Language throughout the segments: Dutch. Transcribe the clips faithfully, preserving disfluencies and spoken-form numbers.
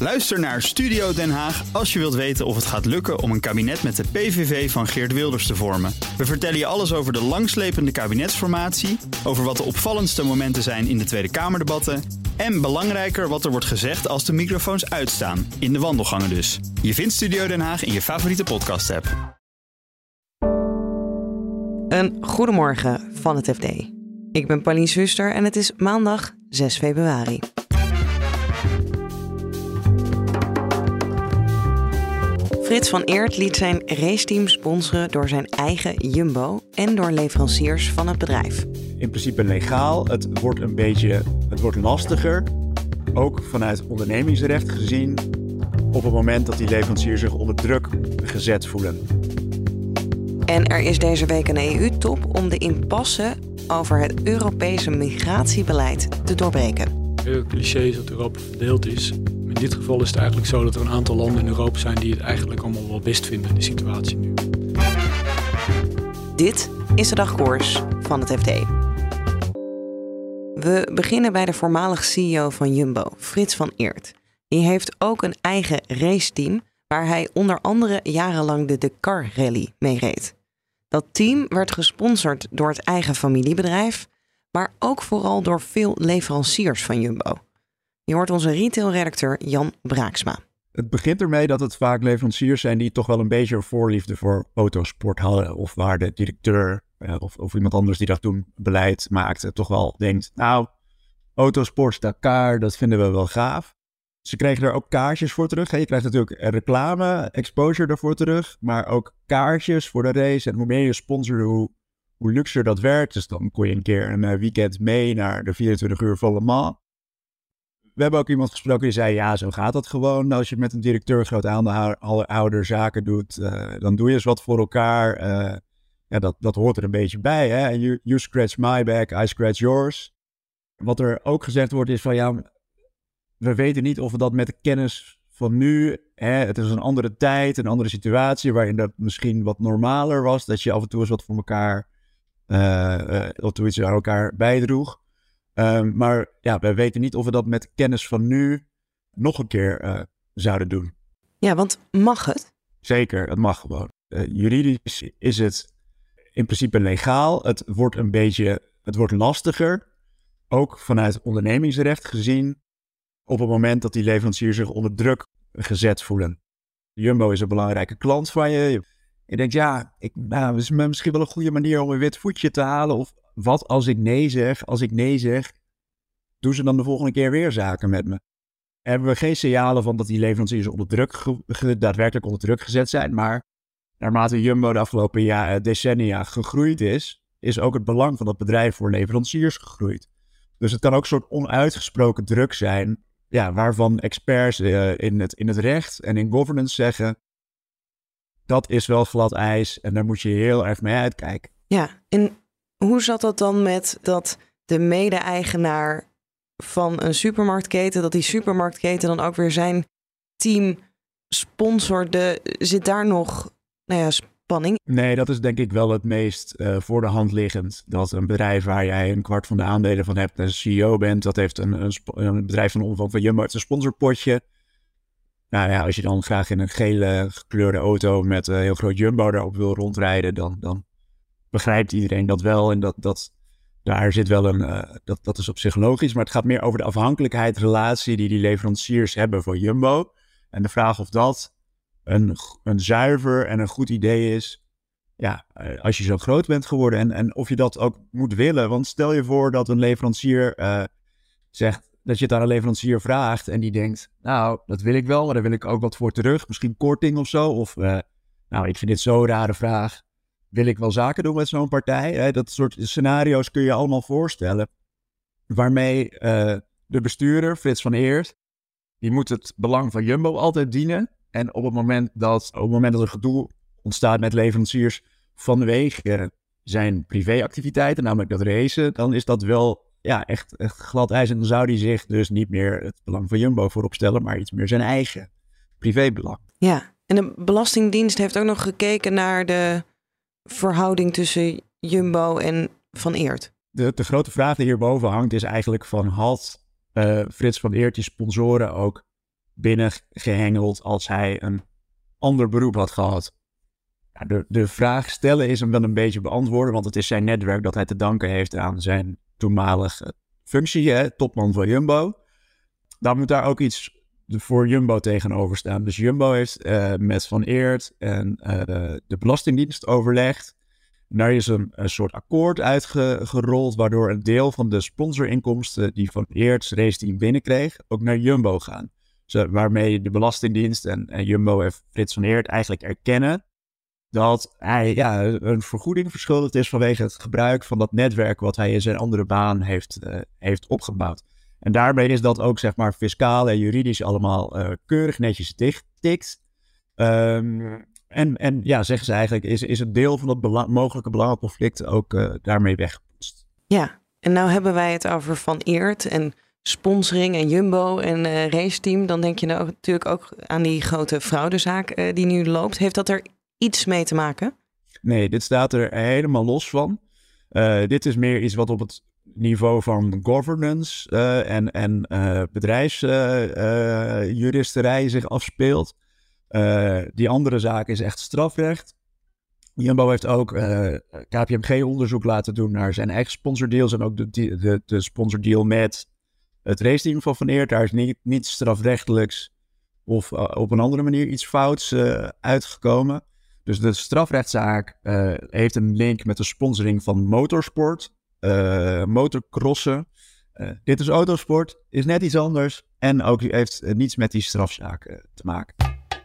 Luister naar Studio Den Haag als je wilt weten of het gaat lukken om een kabinet met de P V V van Geert Wilders te vormen. We vertellen je alles over de langslepende kabinetsformatie, over wat de opvallendste momenten zijn in de Tweede Kamerdebatten en belangrijker wat er wordt gezegd als de microfoons uitstaan, in de wandelgangen dus. Je vindt Studio Den Haag in je favoriete podcast-app. Een goedemorgen van het F D. Ik ben Pauline Zuster en het is maandag zes februari. Frits van Eert liet zijn raceteam sponsoren door zijn eigen Jumbo en door leveranciers van het bedrijf. In principe legaal. Het wordt een beetje het wordt lastiger. Ook vanuit ondernemingsrecht gezien. Op het moment dat die leveranciers zich onder druk gezet voelen. En er is deze week een E U-top om de impasse over het Europese migratiebeleid te doorbreken. Heel cliché is dat Europa verdeeld is. In dit geval is het eigenlijk zo dat er een aantal landen in Europa zijn die het eigenlijk allemaal wel best vinden, de situatie nu. Dit is de dagkoers van het F D. We beginnen bij de voormalig C E O van Jumbo, Frits van Eert. Die heeft ook een eigen raceteam waar hij onder andere jarenlang de Dakar Rally mee reed. Dat team werd gesponsord door het eigen familiebedrijf, maar ook vooral door veel leveranciers van Jumbo. Je hoort onze retailredacteur Jan Braaksma. Het begint ermee dat het vaak leveranciers zijn die toch wel een beetje een voorliefde voor autosport hadden. Of waar de directeur eh, of, of iemand anders die dat toen beleid maakte toch wel denkt, nou, autosport, Dakar, dat vinden we wel gaaf. Ze kregen er ook kaartjes voor terug. Hè. Je krijgt natuurlijk reclame, exposure daarvoor terug, maar ook kaartjes voor de race. En hoe meer je sponsorde, hoe, hoe luxer dat werd. Dus dan kon je een keer een weekend mee naar de vierentwintig uur van Le Mans. We hebben ook iemand gesproken die zei, ja, zo gaat dat gewoon. Als je met een directeur, groot aandeelhouder zaken doet, uh, dan doe je eens wat voor elkaar. Uh, ja, dat, dat hoort er een beetje bij. Hè? You, you scratch my back, I scratch yours. Wat er ook gezegd wordt is van, ja, we weten niet of we dat met de kennis van nu, hè, het is een andere tijd, een andere situatie, waarin dat misschien wat normaler was, dat je af en toe eens wat voor elkaar, uh, uh, of iets aan elkaar bijdroeg. Um, maar ja, we weten niet of we dat met kennis van nu nog een keer uh, zouden doen. Ja, want mag het? Zeker, het mag gewoon. Uh, juridisch is het in principe legaal. Het wordt een beetje, het wordt lastiger. Ook vanuit ondernemingsrecht gezien. Op het moment dat die leveranciers zich onder druk gezet voelen. Jumbo is een belangrijke klant van je. Je denkt, ja, ik, nou, het is misschien wel een goede manier om een wit voetje te halen. Of wat als ik nee zeg? Als ik nee zeg, doen ze dan de volgende keer weer zaken met me? Hebben we geen signalen van dat die leveranciers onder druk ge, ge, daadwerkelijk onder druk gezet zijn. Maar naarmate Jumbo de afgelopen jaar, decennia gegroeid is, is ook het belang van dat bedrijf voor leveranciers gegroeid. Dus het kan ook een soort onuitgesproken druk zijn, ja, waarvan experts uh, in, het, in het recht en in governance zeggen, dat is wel glad ijs en daar moet je heel erg mee uitkijken. Ja, en hoe zat dat dan met dat de mede-eigenaar van een supermarktketen, dat die supermarktketen dan ook weer zijn team sponsorde? Zit daar nog, nou ja, spanning? Nee, dat is denk ik wel het meest uh, voor de hand liggend. Dat een bedrijf waar jij een kwart van de aandelen van hebt en C E O bent, dat heeft een, een, sp- een bedrijf van de omvang van Jumbo heeft een sponsorpotje. Nou ja, als je dan graag in een gele gekleurde auto met een heel groot Jumbo daarop wil rondrijden, dan, dan begrijpt iedereen dat wel. En dat, dat, daar zit wel een, uh, dat, dat is op zich logisch. Maar het gaat meer over de afhankelijkheidsrelatie die die leveranciers hebben voor Jumbo. En de vraag of dat een, een zuiver en een goed idee is, ja, als je zo groot bent geworden. En, en of je dat ook moet willen. Want stel je voor dat een leverancier uh, zegt, dat je het aan een leverancier vraagt en die denkt, nou, dat wil ik wel, maar daar wil ik ook wat voor terug. Misschien korting of zo. Of, uh, nou, ik vind dit zo'n rare vraag. Wil ik wel zaken doen met zo'n partij? Hè? Dat soort scenario's kun je allemaal voorstellen. Waarmee uh, de bestuurder, Frits van Eert, die moet het belang van Jumbo altijd dienen. En op het moment dat, op het moment dat er gedoe ontstaat met leveranciers vanwege zijn privéactiviteiten, namelijk dat racen, dan is dat wel ja, echt, echt glad ijs. En dan zou hij zich dus niet meer het belang van Jumbo voorop stellen, maar iets meer zijn eigen privébelang. Ja, en de Belastingdienst heeft ook nog gekeken naar de verhouding tussen Jumbo en Van Eert. De, de grote vraag die hierboven hangt is eigenlijk van, had uh, Frits van Eert die sponsoren ook binnengehengeld als hij een ander beroep had gehad. Ja, de, de vraag stellen is hem wel een beetje beantwoorden, want het is zijn netwerk dat hij te danken heeft aan zijn toenmalige functie, hè, topman van Jumbo. Dan moet daar ook iets voor Jumbo tegenover staan. Dus Jumbo heeft uh, met Van Eert en uh, de, de Belastingdienst overlegd. En daar is een, een soort akkoord uitgerold, waardoor een deel van de sponsorinkomsten die Van Eert's raceteam binnenkreeg, ook naar Jumbo gaan. Dus, waarmee de Belastingdienst en, en Jumbo en Frits van Eert eigenlijk erkennen dat hij ja, een vergoeding verschuldigd is vanwege het gebruik van dat netwerk wat hij in zijn andere baan heeft, uh, heeft opgebouwd. En daarmee is dat ook zeg maar fiscaal en juridisch allemaal uh, keurig netjes dichtgetikt. Um, en, en ja, zeggen ze eigenlijk, is, is een deel van dat bela- mogelijke belangenconflict ook uh, daarmee weggepoetst. Ja, en nou hebben wij het over Van Eert en sponsoring en Jumbo en uh, raceteam. Dan denk je nou natuurlijk ook aan die grote fraudezaak uh, die nu loopt. Heeft dat er iets mee te maken? Nee, dit staat er helemaal los van. Uh, dit is meer iets wat op het niveau van governance uh, en, en uh, bedrijfsjuristerij uh, uh, zich afspeelt. Uh, die andere zaak is echt strafrecht. Jumbo heeft ook uh, K P M G-onderzoek laten doen naar zijn eigen sponsordeals en ook de, de, de sponsordeal met het raceteam van Van Eert. Daar is niet, niet strafrechtelijks of uh, op een andere manier iets fouts uh, uitgekomen. Dus de strafrechtszaak uh, heeft een link met de sponsoring van motorsport, uh, motorcrossen. Uh, dit is autosport, is net iets anders en ook heeft uh, niets met die strafzaak uh, te maken.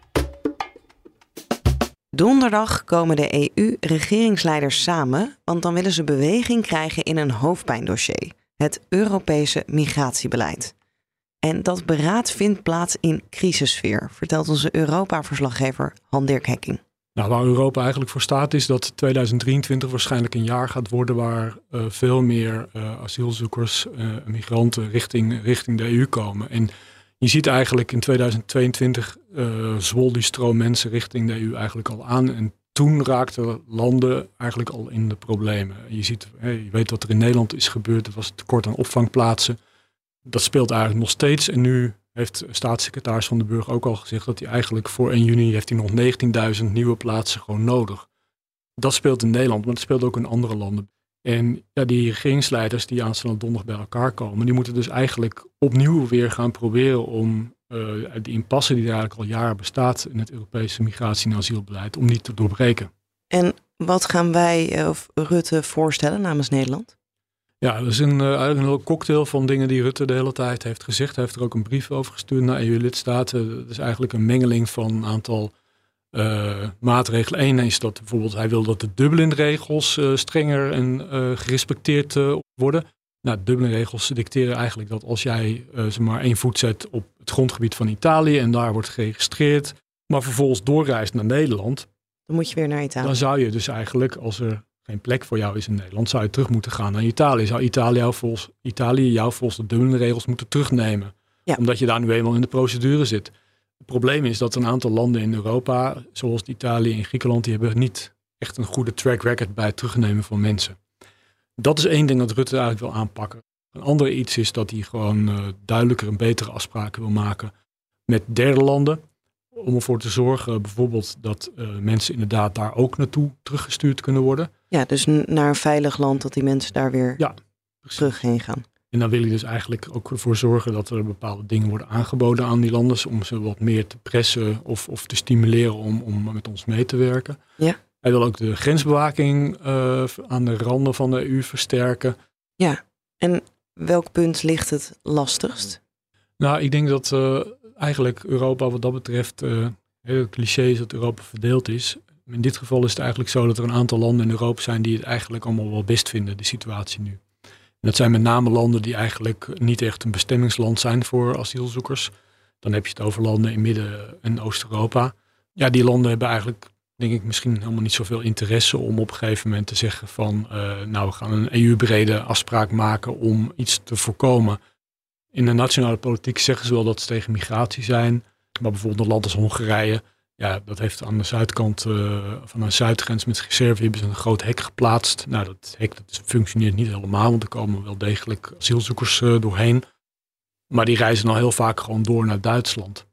Donderdag komen de E U-regeringsleiders samen, want dan willen ze beweging krijgen in een hoofdpijndossier, het Europese migratiebeleid. En dat beraad vindt plaats in crisissfeer, vertelt onze Europa-verslaggever Han-Dirk Hekking. Nou, waar Europa eigenlijk voor staat is dat tweeduizend drieëntwintig waarschijnlijk een jaar gaat worden waar uh, veel meer uh, asielzoekers, uh, migranten richting, richting de E U komen. En je ziet eigenlijk in tweeduizend tweeëntwintig uh, zwol die stroom mensen richting de E U eigenlijk al aan. En toen raakten landen eigenlijk al in de problemen. Je ziet, hey, je weet wat er in Nederland is gebeurd. Er was tekort aan opvangplaatsen. Dat speelt eigenlijk nog steeds. En nu heeft staatssecretaris Van den Burg ook al gezegd dat hij eigenlijk voor één juni heeft hij nog negentienduizend nieuwe plaatsen gewoon nodig. Dat speelt in Nederland, maar dat speelt ook in andere landen. En ja, die regeringsleiders die aanstaande donderdag bij elkaar komen, die moeten dus eigenlijk opnieuw weer gaan proberen om uh, die impasse die er eigenlijk al jaren bestaat in het Europese migratie- en asielbeleid, om die te doorbreken. En wat gaan wij of Rutte voorstellen namens Nederland? Ja, dat is een, uh, eigenlijk een hele cocktail van dingen die Rutte de hele tijd heeft gezegd. Hij heeft er ook een brief over gestuurd naar E U-lidstaten. Het is eigenlijk een mengeling van een aantal uh, maatregelen. Eén is dat bijvoorbeeld hij wil dat de Dublin-regels uh, strenger en uh, gerespecteerd uh, worden. Nou, de Dublin-regels dicteren eigenlijk dat als jij uh, zeg maar één voet zet op het grondgebied van Italië en daar wordt geregistreerd, maar vervolgens doorreist naar Nederland, dan moet je weer naar Italië. Dan zou je dus eigenlijk, als er geen plek voor jou is in Nederland, zou je terug moeten gaan naar Italië. Zou Italië jou volgens, Italië jou volgens de Dublin-regels moeten terugnemen. Ja. Omdat je daar nu eenmaal in de procedure zit. Het probleem is dat een aantal landen in Europa, zoals Italië en Griekenland, die hebben niet echt een goede track record bij het terugnemen van mensen. Dat is één ding dat Rutte eigenlijk wil aanpakken. Een ander iets is dat hij gewoon uh, duidelijker en betere afspraken wil maken met derde landen. Om ervoor te zorgen bijvoorbeeld dat uh, mensen inderdaad daar ook naartoe teruggestuurd kunnen worden. Ja, dus naar een veilig land dat die mensen daar weer ja, terug heen gaan. En dan wil je dus eigenlijk ook ervoor zorgen dat er bepaalde dingen worden aangeboden aan die landen. Om ze wat meer te pressen of, of te stimuleren om, om met ons mee te werken. Ja. Hij wil ook de grensbewaking uh, aan de randen van de E U versterken. Ja, en welk punt ligt het lastigst? Nou, ik denk dat uh, eigenlijk Europa wat dat betreft, uh, heel cliché is dat Europa verdeeld is. In dit geval is het eigenlijk zo dat er een aantal landen in Europa zijn die het eigenlijk allemaal wel best vinden, de situatie nu. En dat zijn met name landen die eigenlijk niet echt een bestemmingsland zijn voor asielzoekers. Dan heb je het over landen in Midden- en Oost-Europa. Ja, die landen hebben eigenlijk, denk ik, misschien helemaal niet zoveel interesse om op een gegeven moment te zeggen van, uh, nou, we gaan een E U-brede afspraak maken om iets te voorkomen. In de nationale politiek zeggen ze wel dat ze tegen migratie zijn. Maar bijvoorbeeld een land als Hongarije, ja, dat heeft aan de zuidkant uh, van een zuidgrens met Servië hebben ze een groot hek geplaatst. Nou, dat hek dat functioneert niet helemaal, want er komen wel degelijk asielzoekers uh, doorheen. Maar die reizen al heel vaak gewoon door naar Duitsland.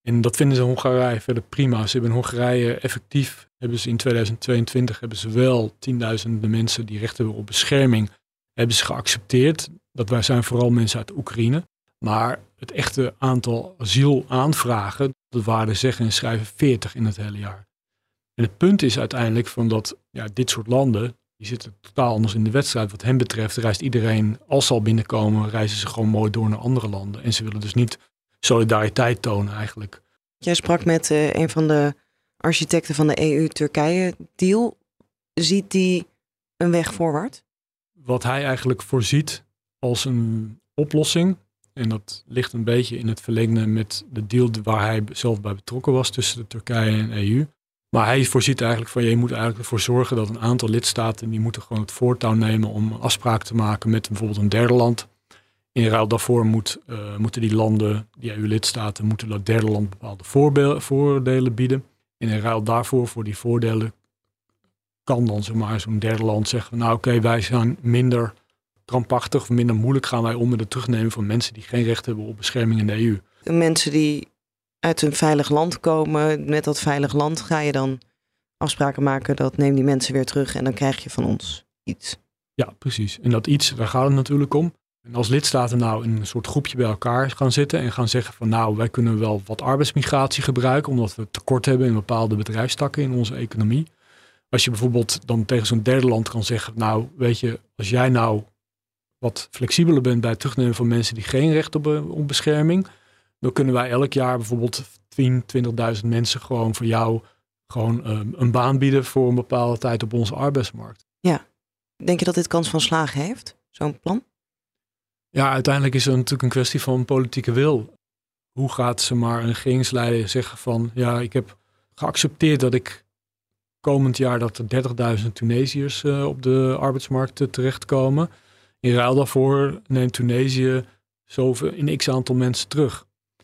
En dat vinden ze in Hongarije verder prima. Ze hebben in Hongarije effectief, hebben ze in tweeduizend tweeëntwintig hebben ze wel tienduizenden mensen die recht hebben op bescherming, hebben ze geaccepteerd. Dat wij zijn vooral mensen uit Oekraïne. Maar het echte aantal asielaanvragen, dat waren zeggen en schrijven veertig in het hele jaar. En het punt is uiteindelijk van dat ja, dit soort landen, die zitten totaal anders in de wedstrijd. Wat hen betreft reist iedereen, als ze al binnenkomen, reizen ze gewoon mooi door naar andere landen. En ze willen dus niet solidariteit tonen eigenlijk. Jij sprak met uh, een van de architecten van de E U-Turkije-deal. Ziet die een weg voorwaarts? Wat hij eigenlijk voorziet als een oplossing, en dat ligt een beetje in het verlengde met de deal waar hij zelf bij betrokken was tussen de Turkije en E U. Maar hij voorziet eigenlijk van, je moet eigenlijk ervoor zorgen dat een aantal lidstaten, die moeten gewoon het voortouw nemen om afspraken te maken met bijvoorbeeld een derde land. In ruil daarvoor moet, uh, moeten die landen, die E U-lidstaten, moeten dat derde land bepaalde voorbe- voordelen bieden. En in ruil daarvoor, voor die voordelen, kan dan zomaar zo'n derde land zeggen, nou oké, okay, wij zijn minder krampachtig of minder moeilijk gaan wij om met het terugnemen van mensen die geen recht hebben op bescherming in de E U. Mensen die uit een veilig land komen, met dat veilig land ga je dan afspraken maken, dat neem die mensen weer terug en dan krijg je van ons iets. Ja, precies. En dat iets, daar gaat het natuurlijk om. En als lidstaten nou in een soort groepje bij elkaar gaan zitten en gaan zeggen van nou, wij kunnen wel wat arbeidsmigratie gebruiken, omdat we tekort hebben in bepaalde bedrijfstakken in onze economie. Als je bijvoorbeeld dan tegen zo'n derde land kan zeggen, nou weet je, als jij nou wat flexibeler bent bij het terugnemen van mensen die geen recht op, op bescherming, dan kunnen wij elk jaar bijvoorbeeld tien, twintigduizend mensen gewoon voor jou gewoon um, een baan bieden voor een bepaalde tijd op onze arbeidsmarkt. Ja. Denk je dat dit kans van slagen heeft, zo'n plan? Ja, uiteindelijk is het natuurlijk een kwestie van politieke wil. Hoe gaat ze maar een regeringsleider zeggen van, ja, ik heb geaccepteerd dat ik komend jaar dat er dertigduizend Tunesiërs uh, op de arbeidsmarkt uh, terechtkomen. In ruil daarvoor neemt Tunesië zoveel in x aantal mensen terug.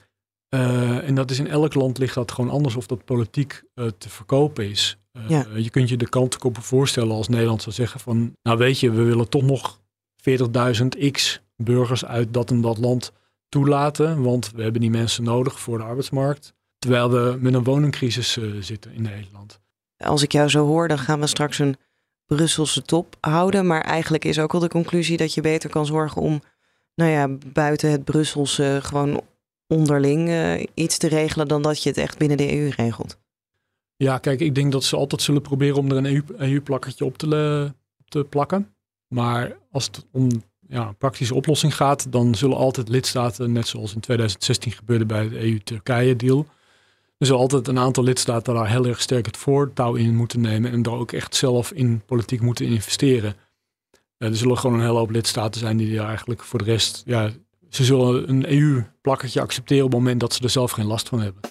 Uh, en dat is in elk land ligt dat gewoon anders of dat politiek uh, te verkopen is. Uh, ja. Je kunt je de kantenkoppen voorstellen als Nederland zou zeggen van, nou weet je, we willen toch nog veertigduizend x burgers uit dat en dat land toelaten, want we hebben die mensen nodig voor de arbeidsmarkt, terwijl we met een woningcrisis uh, zitten in Nederland. Als ik jou zo hoor, dan gaan we straks een Brusselse top houden, maar eigenlijk is ook wel de conclusie dat je beter kan zorgen om, nou ja, buiten het Brusselse gewoon onderling uh, iets te regelen dan dat je het echt binnen de E U regelt. Ja, kijk, ik denk dat ze altijd zullen proberen om er een E U-plakkertje op te, le- te plakken. Maar als het om ja, een praktische oplossing gaat, dan zullen altijd lidstaten, net zoals in tweeduizend zestien gebeurde bij de E U-Turkije-deal, er zullen altijd een aantal lidstaten daar heel erg sterk het voortouw in moeten nemen en daar ook echt zelf in politiek moeten investeren. Uh, er zullen gewoon een hele hoop lidstaten zijn die er eigenlijk voor de rest, ja, ze zullen een E U-plakkertje accepteren op het moment dat ze er zelf geen last van hebben.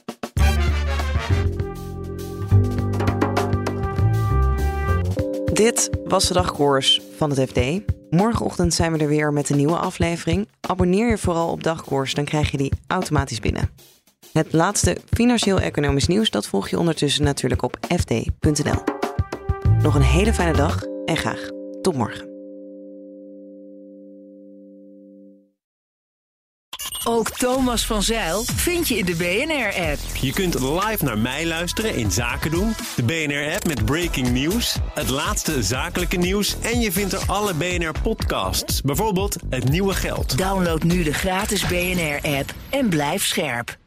Dit was de dagkoers van het F D. Morgenochtend zijn we er weer met een nieuwe aflevering. Abonneer je vooral op Dagkoers, dan krijg je die automatisch binnen. Het laatste financieel-economisch nieuws, dat volg je ondertussen natuurlijk op f d punt n l. Nog een hele fijne dag en graag tot morgen. Ook Thomas van Zijl vind je in de B N R-app. Je kunt live naar mij luisteren in Zaken doen, de B N R-app met breaking news, het laatste zakelijke nieuws en je vindt er alle B N R-podcasts, bijvoorbeeld Het Nieuwe Geld. Download nu de gratis B N R-app en blijf scherp.